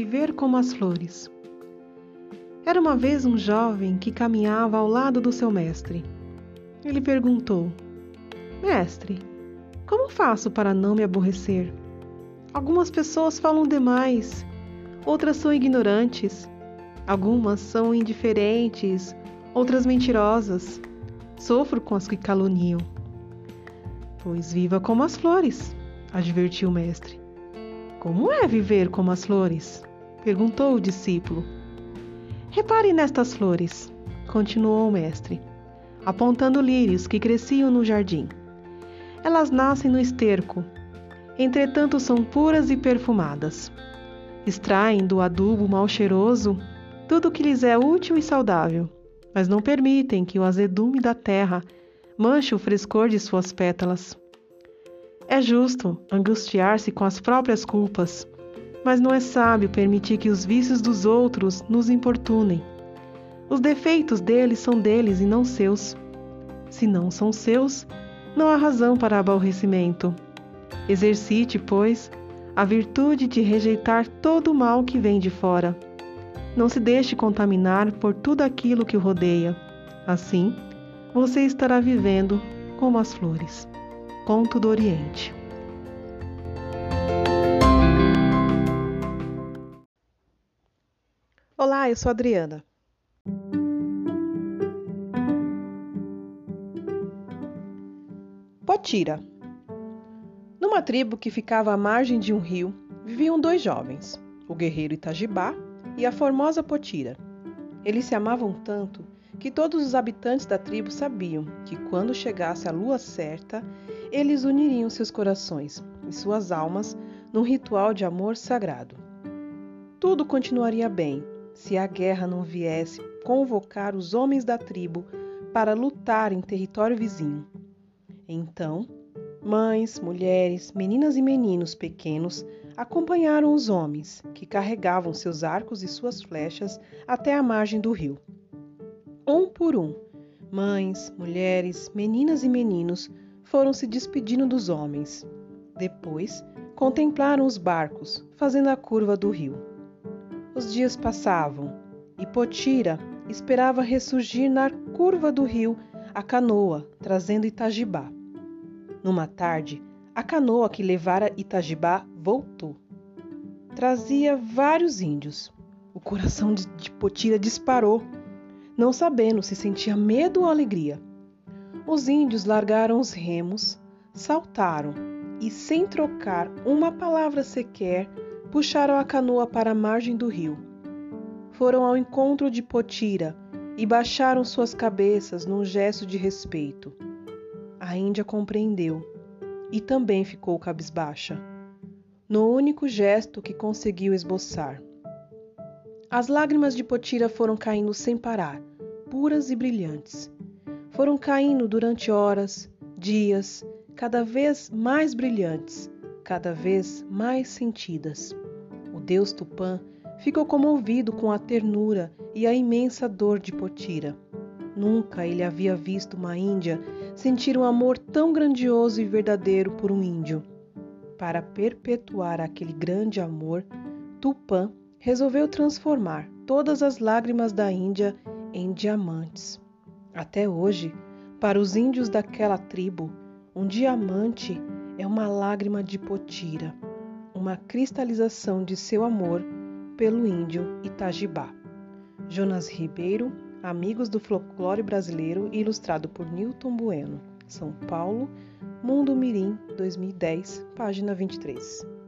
viver como as flores. Era uma vez um jovem que caminhava ao lado do seu mestre. Ele perguntou: Mestre, como faço para não me aborrecer? Algumas pessoas falam demais, outras são ignorantes, algumas são indiferentes, outras mentirosas. Sofro com as que caluniam. Pois viva como as flores, advertiu o mestre. Como é viver como as flores? Perguntou o discípulo. Repare nestas flores, continuou o mestre, apontando lírios que cresciam no jardim. Elas nascem no esterco, entretanto são puras e perfumadas. Extraem do adubo mal cheiroso tudo o que lhes é útil e saudável, mas não permitem que o azedume da terra manche o frescor de suas pétalas. É justo angustiar-se com as próprias culpas, mas não é sábio permitir que os vícios dos outros nos importunem. Os defeitos deles são deles e não seus. Se não são seus, não há razão para aborrecimento. Exercite, pois, a virtude de rejeitar todo o mal que vem de fora. Não se deixe contaminar por tudo aquilo que o rodeia. Assim, você estará vivendo como as flores. Conto do Oriente. Olá, eu sou a Adriana. Potira. Numa tribo que ficava à margem de um rio, viviam dois jovens, o guerreiro Itajibá e a formosa Potira. Eles se amavam tanto que todos os habitantes da tribo sabiam que quando chegasse a lua certa, eles uniriam seus corações e suas almas num ritual de amor sagrado. Tudo continuaria bem se a guerra não viesse convocar os homens da tribo para lutar em território vizinho. Então, mães, mulheres, meninas e meninos pequenos acompanharam os homens, que carregavam seus arcos e suas flechas até a margem do rio. Um por um, mães, mulheres, meninas e meninos foram se despedindo dos homens. Depois, contemplaram os barcos, fazendo a curva do rio. Os dias passavam, e Potira esperava ressurgir na curva do rio a canoa, trazendo Itajibá. Numa tarde, a canoa que levara Itajibá voltou. Trazia vários índios. O coração de Potira disparou, não sabendo se sentia medo ou alegria. Os índios largaram os remos, saltaram e, sem trocar uma palavra sequer, puxaram a canoa para a margem do rio. Foram ao encontro de Potira e baixaram suas cabeças num gesto de respeito. A índia compreendeu e também ficou cabisbaixa, no único gesto que conseguiu esboçar. As lágrimas de Potira foram caindo sem parar, puras e brilhantes. Foram caindo durante horas, dias, cada vez mais brilhantes, cada vez mais sentidas. O deus Tupã ficou comovido com a ternura e a imensa dor de Potira. Nunca ele havia visto uma índia sentir um amor tão grandioso e verdadeiro por um índio. Para perpetuar aquele grande amor, Tupã resolveu transformar todas as lágrimas da Índia em diamantes. Até hoje, para os índios daquela tribo, um diamante é uma lágrima de Potira, uma cristalização de seu amor pelo índio Itajibá. Jonas Ribeiro, Amigos do Folclore Brasileiro, ilustrado por Newton Bueno. São Paulo, Mundo Mirim, 2010, página 23.